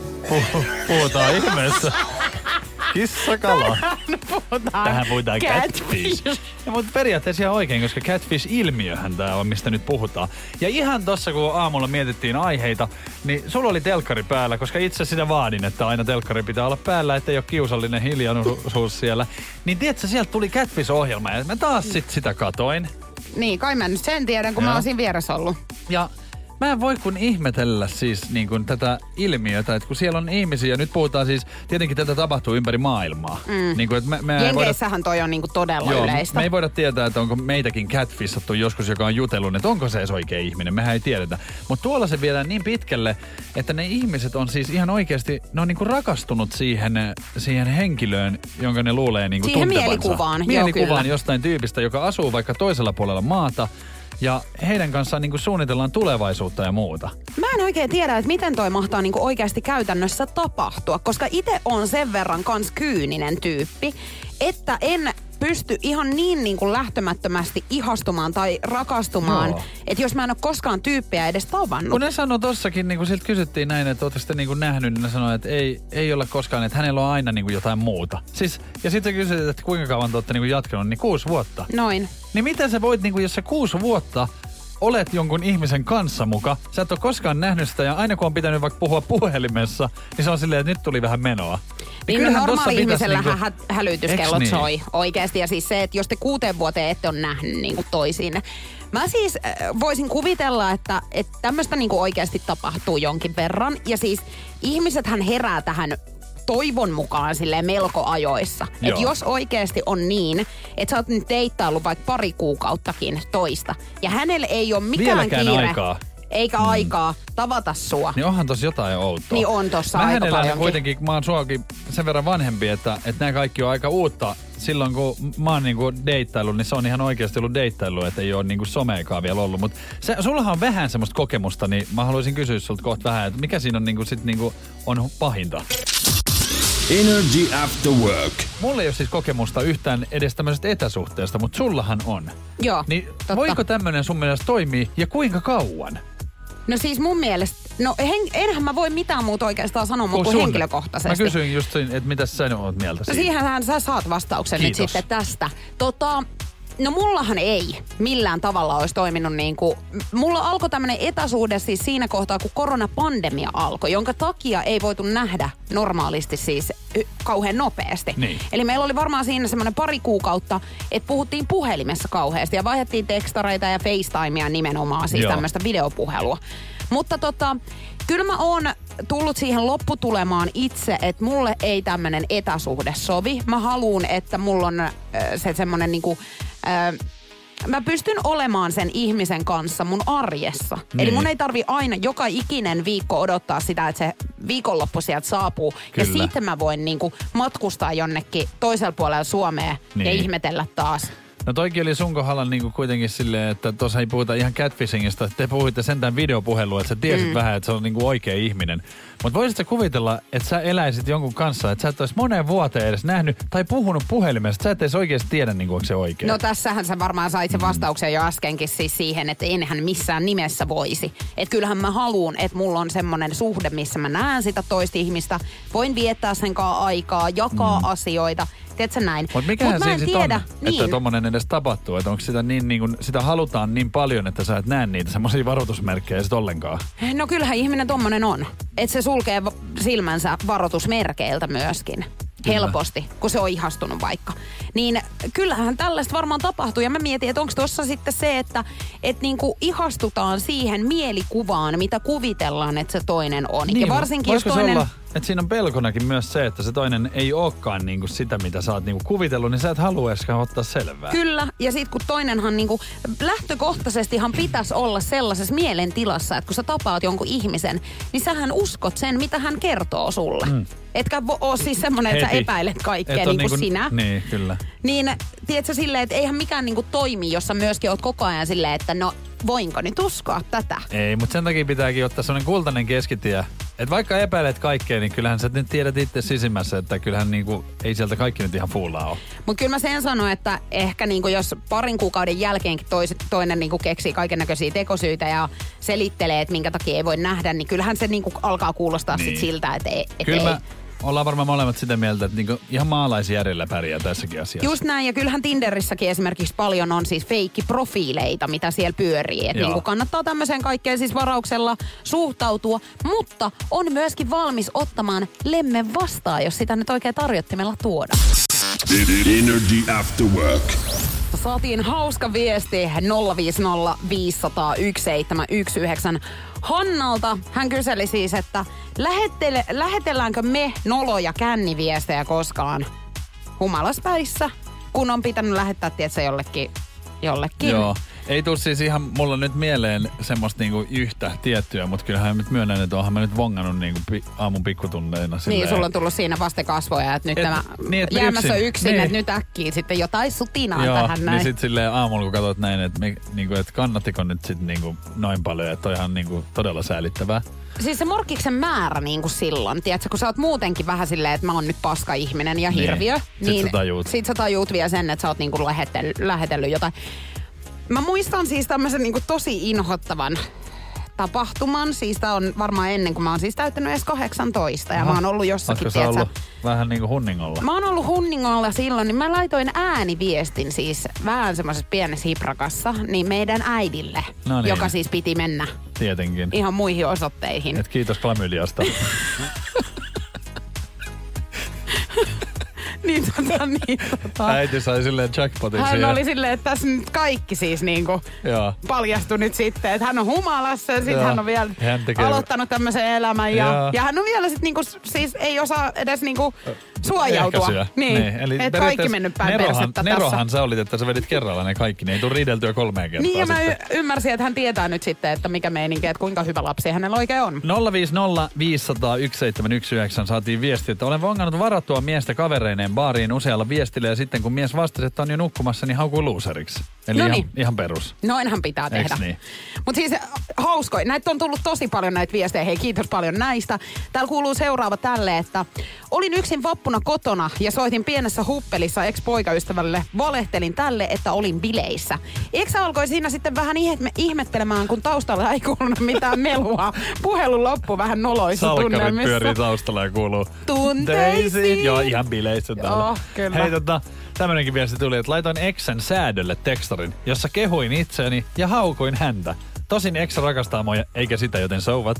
Puhutaan ihmeessä. Kissakala. Tähän puhutaan catfish. Ja, mutta periaatteessa ihan oikein, koska catfish-ilmiöhän tää on, mistä nyt puhutaan. Ja ihan tossa, kun aamulla mietittiin aiheita, niin sulla oli telkkari päällä, koska itse sitä vaadin, että aina telkkari pitää olla päällä, ettei ole kiusallinen hiljaisuus siellä. Niin tiedätkö, sieltä tuli catfish-ohjelma ja mä taas sitä katoin. Niin, kai mä nyt sen tiedän, kun mä oon siinä vieressä ollut. Ja mä en voi kun ihmetellä siis niin kun tätä ilmiötä, että kun siellä on ihmisiä, nyt puhutaan siis, tietenkin tätä tapahtuu ympäri maailmaa. Niin kun, että Jenkeissähän toi on niin kuin todella yleistä. Me ei voida tietää, että onko meitäkin catfishattu joskus, joka on jutellut, että onko se edes oikea ihminen, mehän ei tiedetä. Mutta tuolla se viedään niin pitkälle, että ne ihmiset on siis ihan oikeasti, ne on niin kuin rakastunut siihen henkilöön, jonka ne luulee niin kuin tuntevansa. Mielikuvaan jostain tyypistä, joka asuu vaikka toisella puolella maata. Ja heidän kanssaan niinku suunnitellaan tulevaisuutta ja muuta. Mä en oikein tiedä, että miten toi mahtaa niinku oikeasti käytännössä tapahtua, koska itse on sen verran kans kyyninen tyyppi, että en pysty ihan niin kuin lähtemättömästi ihastumaan tai rakastumaan, että jos mä en ole koskaan tyyppiä edes tavannut. Kun ne sanoi tossakin, niin kun siltä kysyttiin näin, että ootteko te niin nähnyt, niin ne sanoi, että ei olla koskaan, että hänellä on aina niin jotain muuta. Siis, ja sitten kysyttiin, että kuinka kauan te ootte niin jatkanut, niin 6 vuotta. Noin. Niin miten sä voit, niin jos sä 6 vuotta olet jonkun ihmisen kanssa muka, sä et ole koskaan nähnyt sitä ja aina kun on pitänyt vaikka puhua puhelimessa, niin se on silleen, että nyt tuli vähän menoa. Niin normaali-ihmisellähän hälytyskellot soi oikeasti. Ja siis se, että jos te 6 vuoteen ette ole nähnyt niin kuin toisiinne. Mä siis voisin kuvitella, että tämmöistä niin kuin oikeasti tapahtuu jonkin verran. Ja siis ihmisethän herää tähän toivon mukaan silleen melko ajoissa. Että jos oikeasti on niin, että sä oot nyt deittaillut vaikka 2 kuukauttakin toista. Ja hänelle ei ole mikään kiire. Aikaa. Eikä aikaa tavata sua. Niin onhan tossa jotain outoa. Niin on tossa aika paljonkin. Kuitenkin, mä oon suakin sen verran vanhempi, että nämä kaikki on aika uutta. Silloin kun mä oon niinku deittaillut, niin se on ihan oikeasti ollut deittailu, että ei ole niinku someekaan vielä ollut. Mutta sullahan on vähän semmoista kokemusta, niin mä haluaisin kysyä sulta kohta vähän, että mikä siinä on on pahinta? Energy After Work. Mulla ei ole siis kokemusta yhtään edes tämmöisestä etäsuhteesta, mutta sullahan on. Joo, niin totta. Voiko tämmöinen sun mielestä toimia ja kuinka kauan? No siis mun mielestä, enhän mä voi mitään muuta oikeastaan sanoa kuin henkilökohtaisesti. Mä kysyin just sen, että mitä sä oot mieltä siitä. No siihenhän sä saat vastauksen nyt sitten tästä. No mullahan ei millään tavalla olisi toiminut niin kuin, mulla alkoi tämmönen etäsuhde siis siinä kohtaa, kun koronapandemia alkoi, jonka takia ei voitu nähdä normaalisti siis kauhean nopeasti. Niin. Eli meillä oli varmaan siinä semmoinen 2 kuukautta, että puhuttiin puhelimessa kauheasti ja vaihdettiin tekstareita ja FaceTimea nimenomaan, siis tämmöistä videopuhelua. Mutta kyllä mä oon tullut siihen lopputulemaan itse, että mulle ei tämmönen etäsuhde sovi. Mä haluun, että mulla on se semmonen niinku, mä pystyn olemaan sen ihmisen kanssa mun arjessa. Niin. Eli mun ei tarvi aina joka ikinen viikko odottaa sitä, että se viikonloppu sieltä saapuu. Kyllä. Ja siitä mä voin niinku matkustaa jonnekin toisella puolella Suomea ja ihmetellä taas. No toikin oli sun kohdalla niinku kuitenkin silleen, että tuossa ei puhuta ihan catfishingista. Te puhuitte sentään videopuhelua, että sä tiesit vähän, että se on niinku oikea ihminen. Mutta voisitko kuvitella, että sä eläisit jonkun kanssa, että sä et olisi moneen vuoteen edes nähnyt tai puhunut puhelimesta. Sä et edes oikeasti tiedä, niinku, onko se oikein. No tässähän sä varmaan sait sen vastauksen jo äskenkin siis siihen, että enhän missään nimessä voisi. Että kyllähän mä haluun, että mulla on semmoinen suhde, missä mä näen sitä toista ihmistä. Voin viettää sen kanssa aikaa, jakaa asioita. Tiedätkö näin? Mutta mikähän siinä sitten on, että tommonen edes tapahtuu? Että onko sitä sitä halutaan niin paljon, että sä et näe niitä semmoisia varoitusmerkkejä sit ollenkaan? No kyllähän ihminen tommonen on. Että se sulkee silmänsä varoitusmerkeiltä myöskin. helposti, kun se on ihastunut vaikka. Niin kyllähän tällaista varmaan tapahtuu. Ja mä mietin, että onko tuossa sitten se, että niinku ihastutaan siihen mielikuvaan, mitä kuvitellaan, että se toinen on. Niin, ja varsinkin jos toinen... olla, että siinä on pelkonakin myös se, että se toinen ei olekaan niinku sitä, mitä sä oot niinku kuvitellut, niin sä et halua edes ottaa selvää. Kyllä, ja sit kun toinenhan niinku lähtökohtaisestihan pitäisi olla sellaisessa mielentilassa, että kun sä tapaat jonkun ihmisen, niin sähän uskot sen, mitä hän kertoo sulle. Etkä ole siis semmoinen, että sä epäilet kaikkea niin kuin sinä. Niin, kyllä. Niin, tiedätkö silleen, että eihän mikään niinku toimi, jos sä myöskin oot koko ajan silleen, että no voinko nyt uskoa tätä? Ei, mutta sen takia pitääkin ottaa semmoinen kultainen keskitie. Että vaikka epäilet kaikkea, niin kyllähän sä nyt tiedät itse sisimmässä, että kyllähän niinku, ei sieltä kaikki nyt ihan fullaa ole. Mutta kyllä mä sen sanon, että ehkä niinku jos parin kuukauden jälkeenkin toinen niinku keksii kaikennäköisiä tekosyitä ja selittelee, että minkä takia ei voi nähdä, niin kyllähän se niinku alkaa kuulostaa sit siltä, että kyllä ei. Ollaan varmaan molemmat sitä mieltä, että niinku ihan maalaisjärjellä pärjää tässäkin asiassa. Just näin, ja kyllähän Tinderissäkin esimerkiksi paljon on siis feikkiprofiileita, mitä siellä pyörii. Että niinku kannattaa tämmöiseen kaikkeen siis varauksella suhtautua, mutta on myöskin valmis ottamaan lemmen vastaan, jos sitä nyt oikein tarjottimella tuodaan. Energy After Work. Saatiin hauska viesti 050 500 1719 Hannalta. Hän kyseli siis, että lähetelläänkö me noloja känniviestejä koskaan humalaspäissä, kun on pitänyt lähettää, tietsä, jollekin. Joo. Ei tule siis ihan mulla nyt mieleen semmoista niinku yhtä tiettyä, mutta kyllähän nyt myönnän, että oonhan mä nyt vongannut niinku aamun pikkutunneina. Niin, sulla on tullut siinä vastakasvoja, että nyt tämä jäämässä yksin, että nyt äkkiä sitten jotain sutinaa tähän näin. Niin sit silleen aamulla, kun katsot näin, että niinku, et kannattiko nyt sit niinku noin paljon, että on ihan niinku todella säälittävää. Siis se morkkiksen määrä niin kuin silloin, tiedätkö, kun sä oot muutenkin vähän silleen, että mä oon nyt paska-ihminen ja hirviö. Niin sit sä tajuut vielä sen, että sä oot niin kuin lähetellyt jotain. Mä muistan siis tämmöisen niin kuin tosi inhottavan tapahtuman. Siis tää on varmaan ennen kuin mä oon siis täyttänyt edes 18 ja mä oon ollut jossakin, tiedätkö, ollut vähän niinku hunningolla? Mä oon ollut hunningolla silloin, niin mä laitoin ääniviestin siis vähän semmoisessa pienessä hiprakassa, niin meidän äidille, joka siis piti mennä. Tietenkin. Ihan muihin osoitteihin. Et kiitos klamydiasta. Äiti sai silleen jackpotin hän siihen. oli silleen, että tässä nyt kaikki siis niinku paljastui nyt sitten, että hän on humalassa ja sitten hän on vielä aloittanut tämmöisen elämän ja hän on vielä sitten niinku, siis ei osaa edes niinku suojautua. Niin. Että kaikki mennyt päin persettä nerohan tässä. sä olit, että sä vedit kerralla ne kaikki, ne ei tule riideltyä 3 kertaa. Niin ja mä ymmärsin, että hän tietää nyt sitten, että mikä meininki, että kuinka hyvä lapsi hänellä oikein on. 050 500 1719 saatiin viesti, että olen vongannut varattua miestä kavereineen baariin usealla viestillä ja sitten kun mies vastasi, että on jo nukkumassa, niin haukuu loseriksi. Eli ihan perus. Noinhan pitää tehdä. Niin? Mutta siis hauskoja. Näitä on tullut tosi paljon näitä viestejä. Hei, kiitos paljon näistä. Täällä kuuluu seuraava tälle, että olin yksin vappuna kotona ja soitin pienessä huppelissa ex-poikaystävälle. Valehtelin tälle, että olin bileissä. Eksä alkoi siinä sitten vähän ihmettelemään, kun taustalla ei kuulunut mitään melua. Puhelun loppu vähän noloissa tunnelmissa. Salkkarit pyörii taustalla ja kuuluu tunteisiin. Joo, ihan bileissä täällä. Joo, kyllä. Hei, tämmönenkin viesti tuli, että laitoin exen säädölle tekstarin, jossa kehuin itseäni ja haukuin häntä. Tosin ex rakastaa mua, eikä sitä, joten souvat.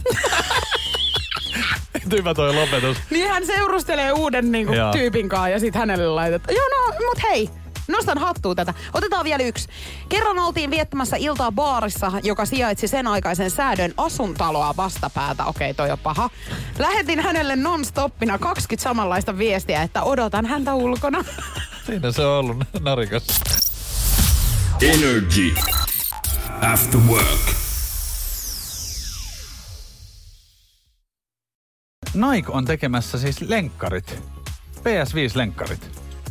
Hyvä toi lopetus. Niin hän seurustelee uuden niinku tyypin kanssa ja sit hänelle laitetaan. Joo, no, mut hei. Nostan hattua tätä. Otetaan vielä yksi. Kerran oltiin viettämässä iltaa baarissa, joka sijaitsi sen aikaisen säädön asuntaloa vastapäätä. Okei, toi on paha. Lähetin hänelle non-stoppina 20 samanlaista viestiä, että odotan häntä ulkona. Siinä se on ollut narikas. Energy After Work. Nike on tekemässä siis lenkkarit. PS5-lenkkarit.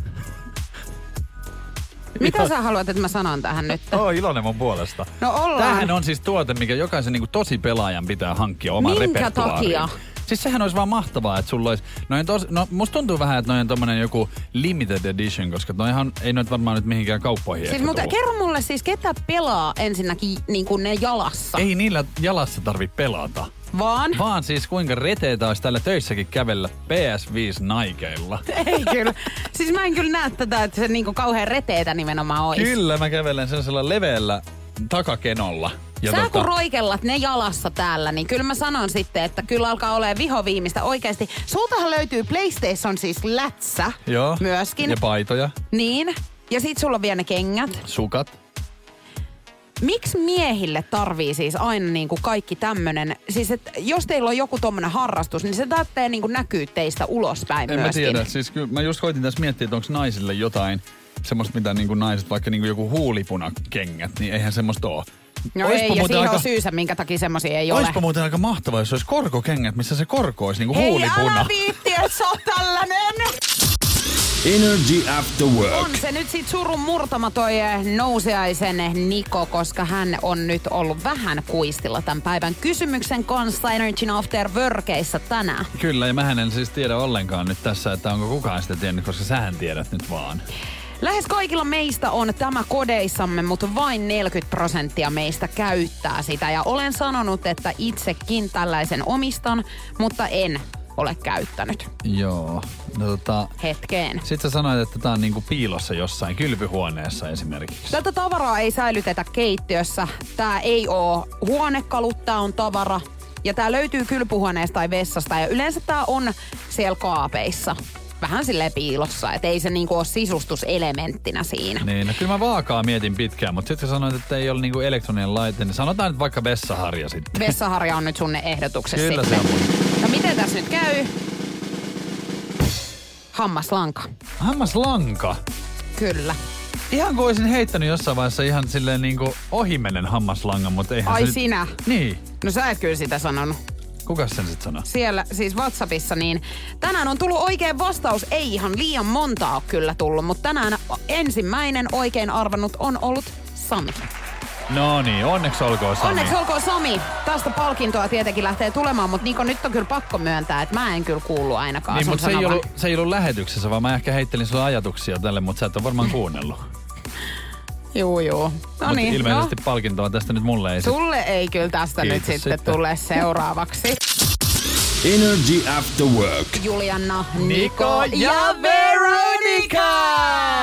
Mitä sä haluat, että mä sanon tähän nyt? Iloinen mun puolesta. No ollaan. Tämähän on siis tuote, mikä jokaisen niinku tosi pelaajan pitää hankkia oman repertuaariin. Minkä takia? Siis sehän olisi vaan mahtavaa, että sulla olisi... musta tuntuu vähän, että noin on tommonen joku limited edition, koska noihan ei noit varmaan nyt mihinkään kauppoihin siis mutta kerro mulle siis, ketä pelaa ensinnäkin niin kuin ne jalassa? Ei niillä jalassa tarvi pelata. Vaan siis kuinka reteitä olisi täällä töissäkin kävellä PS5 Nikeilla. Ei kyllä. Siis mä en kyllä näe tätä, että se niinku kauhean reteitä nimenomaan olisi. Kyllä, mä kävelen sellaisella leveällä takakenolla. Sä kun roikellat ne jalassa täällä, niin kyllä mä sanon sitten, että kyllä alkaa olemaan vihoviimistä oikeasti. Sultahan löytyy PlayStation siis lätsä myöskin. Ja paitoja. Niin. Ja sit sulla on vielä ne kengät. Sukat. Miksi miehille tarvii siis aina niinku kaikki tämmönen, siis että jos teillä on joku tommonen harrastus, niin se tarvitsee niinku näkyy teistä ulospäin myöskin. En mä tiedä, siis kyllä mä just koitin tässä miettiä, että onko naisille jotain semmoista, mitä niinku naiset, vaikka niinku joku huulipunakengät, niin eihän semmoista oo. No ei, ja siihen on syysä, minkä takia semmosia ei ole. Oispa muuten aika mahtavaa, jos olisi korkokengät, missä se korko olisi niinku huulipuna. Hei, älä viitti, että sä oot tällainen! Energy After Work. On se nyt sit surun murtama toi Nousiaisen Niko, koska hän on nyt ollut vähän kuistilla tämän päivän kysymyksen kanssa Energy After Workissa tänään. Kyllä, ja mähän en siis tiedä ollenkaan nyt tässä, että onko kukaan sitä tiennyt, koska sähän tiedät nyt vaan. Lähes kaikilla meistä on tämä kodeissamme, mutta vain 40% meistä käyttää sitä. Ja olen sanonut, että itsekin tällaisen omistan, mutta en ole käyttänyt. Joo. No hetkeen. Sitten sä sanoit, että tää on niinku piilossa jossain kylpyhuoneessa esimerkiksi. Tätä tavaraa ei säilytetä keittiössä. Tää ei oo huonekalut, tää on tavara. Ja tää löytyy kylpyhuoneesta tai vessasta. Ja yleensä tää on siellä kaapeissa. Vähän silleen piilossa, et ei se niinku ole sisustuselementtinä siinä. Niin, no kyllä mä vaakaa mietin pitkään, mutta sitten sanoit, että ei ole niinku elektroninen laite, niin sanotaan nyt vaikka vessaharja sitten. Vessaharja on nyt sun ehdotuksessa kyllä sitten. Kyllä se on. No miten tässä nyt käy? Hammaslanka. Hammaslanka? Kyllä. Ihan kuin olisin heittänyt jossain vaiheessa ihan silleen niinku ohimennen hammaslangan, mutta eihän Ai se sinä? Niin. No sä et kyllä sitä sanonut. Kukas sen sit sanoo? Siellä siis WhatsAppissa, niin tänään on tullut oikein vastaus. Ei ihan liian montaa ole kyllä tullut, mutta tänään ensimmäinen oikein arvannut on ollut Sami. No niin, onneksi olkoon Sami. Onneksi olkoon Sami. Tästä palkintoa tietenkin lähtee tulemaan, mutta Niko, nyt on kyllä pakko myöntää, että mä en kyllä kuullut ainakaan niin, sun mutta se ei ollut lähetyksessä, vaan mä ehkä heittelin sulle ajatuksia tälle, mutta sä et ole varmaan kuunnellut. Juu. No niin. Ilmeisesti palkintoa tästä nyt mulle ei. Sulle ei kyllä tästä Kiitos nyt sitten tule seuraavaksi. Energy After Work. Juliana, Niko ja Veronica!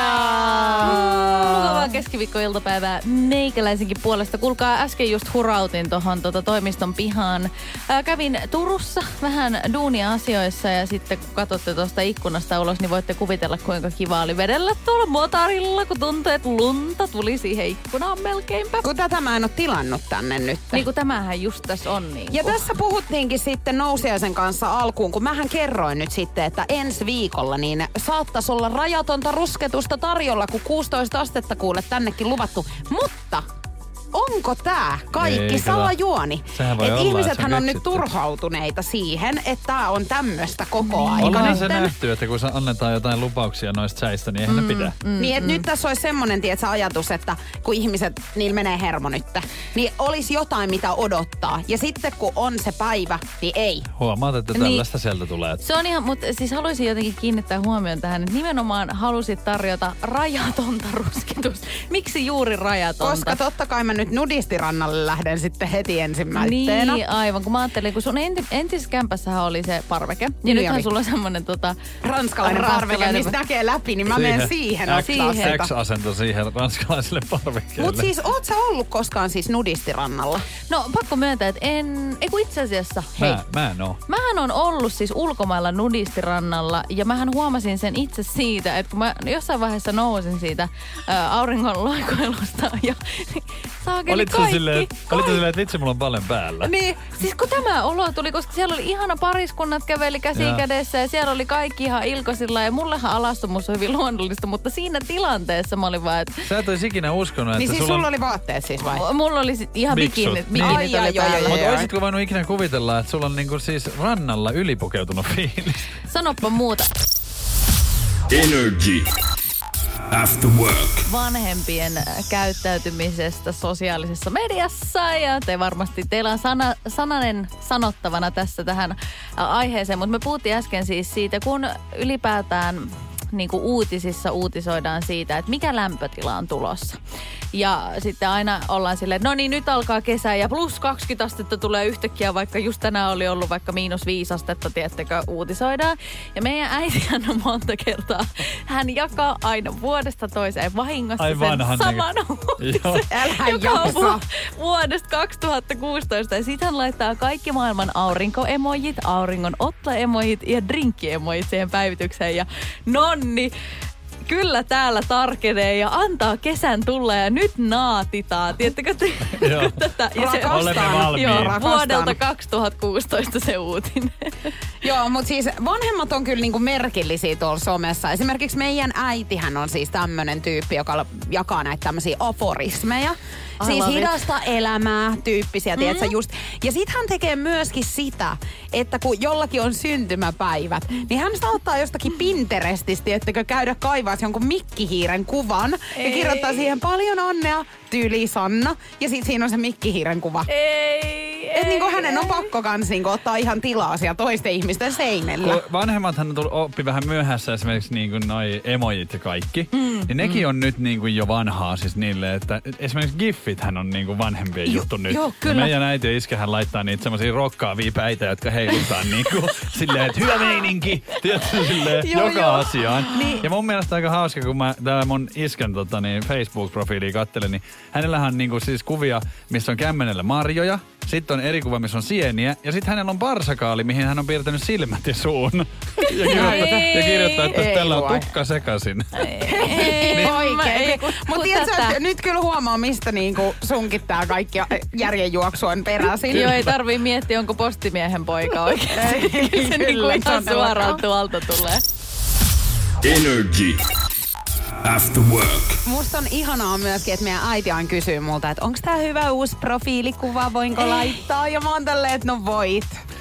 Mukavaa keskiviikkoiltapäivää meikäläisenkin puolesta. Kuulkaa, äsken just hurautin tuohon toimiston pihaan. Kävin Turussa vähän duunia asioissa ja sitten kun katsotte tuosta ikkunasta ulos, niin voitte kuvitella kuinka kiva oli vedellä tuolla motorilla, kun tuntuu, että lunta tuli siihen ikkunaan melkeinpä. Kun tätä mä en ole tilannut tänne nyt. Niin kuin tämähän just tässä on. Niin ja tässä puhuttiinkin sitten Nousiaisen kanssa alkuun, kun mähän kerroin nyt sitten, että ensi viikolla niin saattaisi olla rajatonta rusketusta tarjolla, kun 16 astetta kuule tännekin luvattu. Mutta onko tää kaikki salajuoni? Että ihmisethän on nyt turhautuneita siihen, että tää on tämmöistä koko aika. Ollaan se nähty, että kun annetaan jotain lupauksia noista säistä, niin eihän ne pidä. Niin, että nyt tässä olisi semmoinen ajatus, että kun ihmiset, niillä menee hermo nyt, niin olisi jotain, mitä odottaa. Ja sitten kun on se päivä, niin ei. Huomaat, että tällaista sieltä tulee. Se on ihan, mutta siis haluaisin jotenkin kiinnittää huomioon tähän, että nimenomaan halusit tarjota rajatonta rusketusta. Miksi juuri rajatonta? Koska totta kai mä nyt nudistirannalle lähden sitten heti ensimmäisenä. Niin, aivan. Kun mä ajattelin, kun sun entisessä kämpässähän oli se parveke. Ja nythän sulla on semmonen ranskalainen parveke, mistä näkee läpi, niin mä menen siihen. X-asento siihen ranskalaiselle parvekkeelle. Mut siis, oot sä ollut koskaan siis nudistirannalla? No, pakko myöntää, että kun itse asiassa, Mä en oo. Mähän on ollut siis ulkomailla nudistirannalla ja mähän huomasin sen itse siitä, että kun mä jossain vaiheessa nousin siitä auringonloikoilusta ja Olitko silleen, että vitsi mulla on paljon päällä? Niin, siis kun tämä olo tuli, koska siellä oli ihana pariskunnat käveli käsi kädessä ja siellä oli kaikki ihan ilkosilla ja mullehan alastomuus on hyvin luonnollista, mutta siinä tilanteessa mä olin vaan, että... Sä et ois ikinä uskonut, että niin siis sulla oli vaatteet siis vai? Mulla oli ihan bikinit oli päällä. Mutta oisitko voinut ikinä kuvitella, että sulla on niinku siis rannalla ylipukeutunut fiilis? Sanoppa muuta. Energy After Work. Vanhempien käyttäytymisestä sosiaalisessa mediassa ja teillä on sananen sanottavana tässä tähän aiheeseen, mutta me puhuttiin äsken siis siitä, kun ylipäätään niin kuin uutisissa uutisoidaan siitä, että mikä lämpötila on tulossa. Ja sitten aina ollaan silleen, että no niin, nyt alkaa kesä ja plus 20 astetta tulee yhtäkkiä, vaikka just tänään oli ollut vaikka -5 astetta, tiedättekö, uutisoidaan. Ja meidän äitihän on monta kertaa, hän jakaa aina vuodesta toiseen vahingossa sen saman uutisen, joka on vuodesta 2016. Ja sitten hän laittaa kaikki maailman aurinkoemojit, auringon ottoemojit ja drinkkiemojit siihen päivitykseen. Ja nonni, kyllä täällä tarkenee ja antaa kesän tulla ja nyt naatitaan. Tiedättekö tätä? Olemme valmiin. Vuodelta 2016 se uutinen. Joo, mutta siis vanhemmat on kyllä niinku merkillisiä tuolla somessa. Esimerkiksi meidän äitihän on siis tämmönen tyyppi, joka jakaa näitä tämmöisiä aforismeja. Siis hidasta elämää tyyppisiä, tiedätkö just. Ja sit hän tekee myöskin sitä, että kun jollakin on syntymäpäivät, niin hän saattaa jostakin Pinterestistä, tiedättekö, käydä kaivaa jonkun mikkihiiren kuvan ja kirjoittaa siihen paljon onnea, tyyli Sanna. Ja sit siinä on se mikkihiiren kuva. Että niinku hänen on pakko kans niinku ottaa ihan tilaa siellä toisten ihmisten seinellä. Vanhemmathan oppi vähän myöhässä esimerkiksi niinku noi emojit ja kaikki. Niin nekin on nyt niinku jo vanhaa siis niille, että esimerkiksi GIFithän on niinku vanhempien juttu nyt. Joo, kyllä. Meidän äiti ja iskähän laittaa niitä semmosia rokkaavia päitä, jotka heilutaan niinku silleen, että hyvä meininki. Tiedätkö silleen joka asiaan. Niin. Ja mun mielestä aika hauska, kun mä täällä mun iskän Facebook-profiilia kattelen, niin hänellähän on niinku siis kuvia, missä on kämmenellä marjoja. Sitten on eri kuva, missä on sieniä. Ja sitten hänellä on parsakaali, mihin hän on piirtänyt silmät ja suun. ja kirjoittaa, että tällä on tukka sekaisin. Ei oikein. Mutta tiedätkö, nyt kyllä huomaa, mistä niinku sunkin tää kaikki järjenjuoksu on peräisin. Joo, ei tarvii miettiä, onko postimiehen poika oikeasti. Se niinku ihan suoraan tuolta tulee. Energy After Work. Musta on ihanaa myöskin, että meidän äiti aina kysyy multa, että onko tää hyvä uusi profiilikuva, voinko laittaa? Ja mä oon tälleen, että no voit.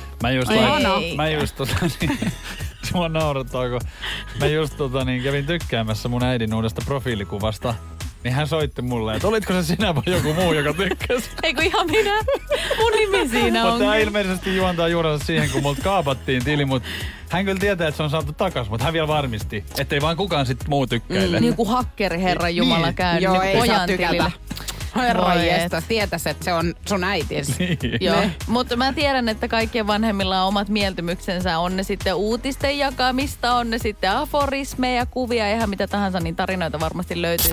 Mä just mua naurattaa, kun mä just kävin tykkäämässä mun äidin uudesta profiilikuvasta. Niin hän soitti mulle, että olitko se sinä vai joku muu, joka tykkäsi? Ei kun ihan minä. Mun nimi siinä on. Mutta tää ilmeisesti juontaa juurensa siihen, kun multa kaapattiin tili, mutta hän kyllä tietää, että se on saatu takas, mutta hän vielä varmisti, ettei vaan kukaan sit muu tykkäile. Niin kuin hakkeri, herra jumala, käynyt joo, niin pojan tilille. Herranjestas, tietäis, että se on sun äitis. Niin. Joo, mutta mä tiedän, että kaikkien vanhemmilla on omat mieltymyksensä. On ne sitten uutisten jakamista, on ne sitten aforismeja, kuvia, ihan mitä tahansa, niin tarinoita varmasti löytyy.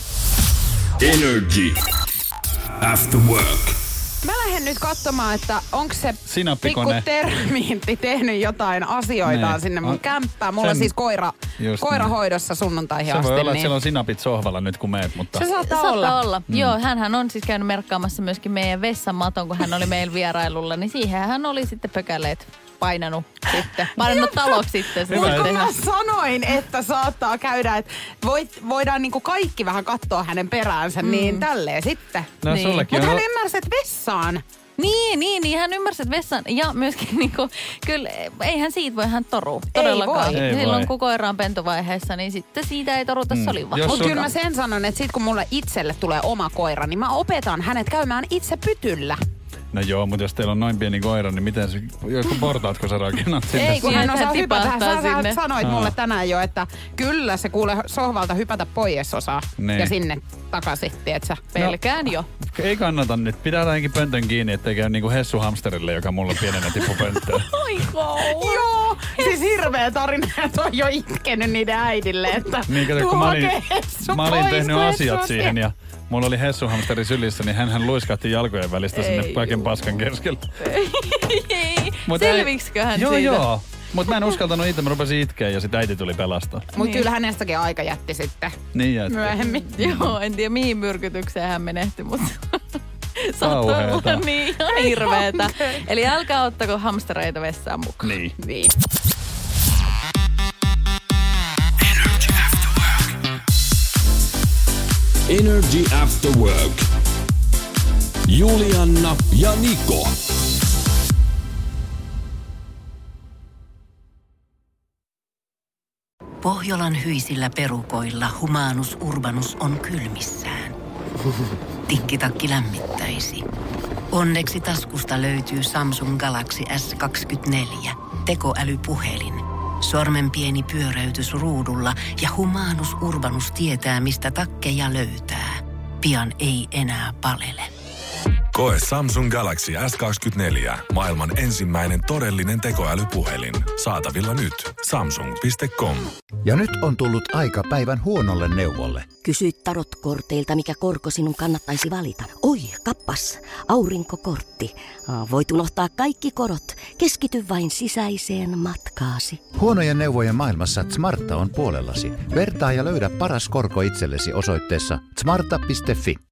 Energy After Work. Mä lähden nyt katsomaan, että onko se pikku termiitti tehnyt jotain asioitaan sinne mun kämppään. Mulla on siis koira hoidossa sunnuntaihin asti. Se voi olla, että siellä on sinapit sohvalla nyt kun meet, mutta... Se saattaa olla. Joo, hänhän on siis käynyt merkkaamassa myöskin meidän vessamaton, kun hän oli meillä vierailulla. Niin siihen hän oli sitten pökäleet painanut taloksi sitten. Mutta kun mä sanoin, että saattaa käydä, että voidaan niinku kaikki vähän katsoa hänen peräänsä, niin tälleen sitten. No, niin. Mutta hän ymmärsi, että vessaan. Niin, hän ymmärsi, että vessan, ja myöskin niinku, kyllä, eihän siitä voi hän toru, todellakaan. Ei silloin kun koira on pentovaiheessa, niin sitten siitä ei toruta soliva. Mutta kyllä mä sen sanon, että sit kun mulle itselle tulee oma koira, niin mä opetan hänet käymään itse pytyllä. No joo, mutta jos teillä on noin pieni koira, niin miten se, joku portaatko sä rakennat sinne? Ei, kun hän osaa hypätä. Sä sanoit mulle tänään jo, että kyllä se kuule sohvalta hypätä pois osaa. Ne. Ja sinne takaisin, tietsä. Pelkään jo. Ei kannata nyt. Pitää ainakin pöntön kiinni, ettei käy niinku Hessu hamsterille, joka mulla pienenä tippu pönttöön. Joo, siis hirveä tarina, että on jo itkenyt niiden äidille, että niin, kun mä olin tehnyt asiat siihen ja mulla oli Hessu-hamsteri sylissä, niin hänhän luiskahti jalkojen välistä sinne kaiken paskan keskelle. Selviksikö hän siitä? Joo. Mutta mä en uskaltanut itse, mä rupesin itkeä ja sit äiti tuli pelastaa. Mutta kyllä hänestäkin aika jätti sitten. Niin jätti. Myöhemmin. Joo, en tiedä mihin myrkytykseen hän menehtyi, mutta saattoi olla niin ihan hirveetä. Eli älkää ottako hamstereita vessaan mukaan. Niin. Energy After Work. Julianna ja Niko. Pohjolan hyisillä perukoilla Humanus Urbanus on kylmissään. Tikkitakki lämmittäisi. Onneksi taskusta löytyy Samsung Galaxy S24. Tekoälypuhelin. Sormen pieni pyöräytys ruudulla ja Humanus Urbanus tietää, mistä takkeja löytää. Pian ei enää palele. Koe Samsung Galaxy S24. Maailman ensimmäinen todellinen tekoälypuhelin. Saatavilla nyt. Samsung.com. Ja nyt on tullut aika päivän huonolle neuvolle. Kysy tarotkorteilta, mikä korko sinun kannattaisi valita. Oi, kappas, aurinkokortti. Voit unohtaa kaikki korot. Keskity vain sisäiseen matkaasi. Huonojen neuvojen maailmassa Smarta on puolellasi. Vertaa ja löydä paras korko itsellesi osoitteessa smarta.fi.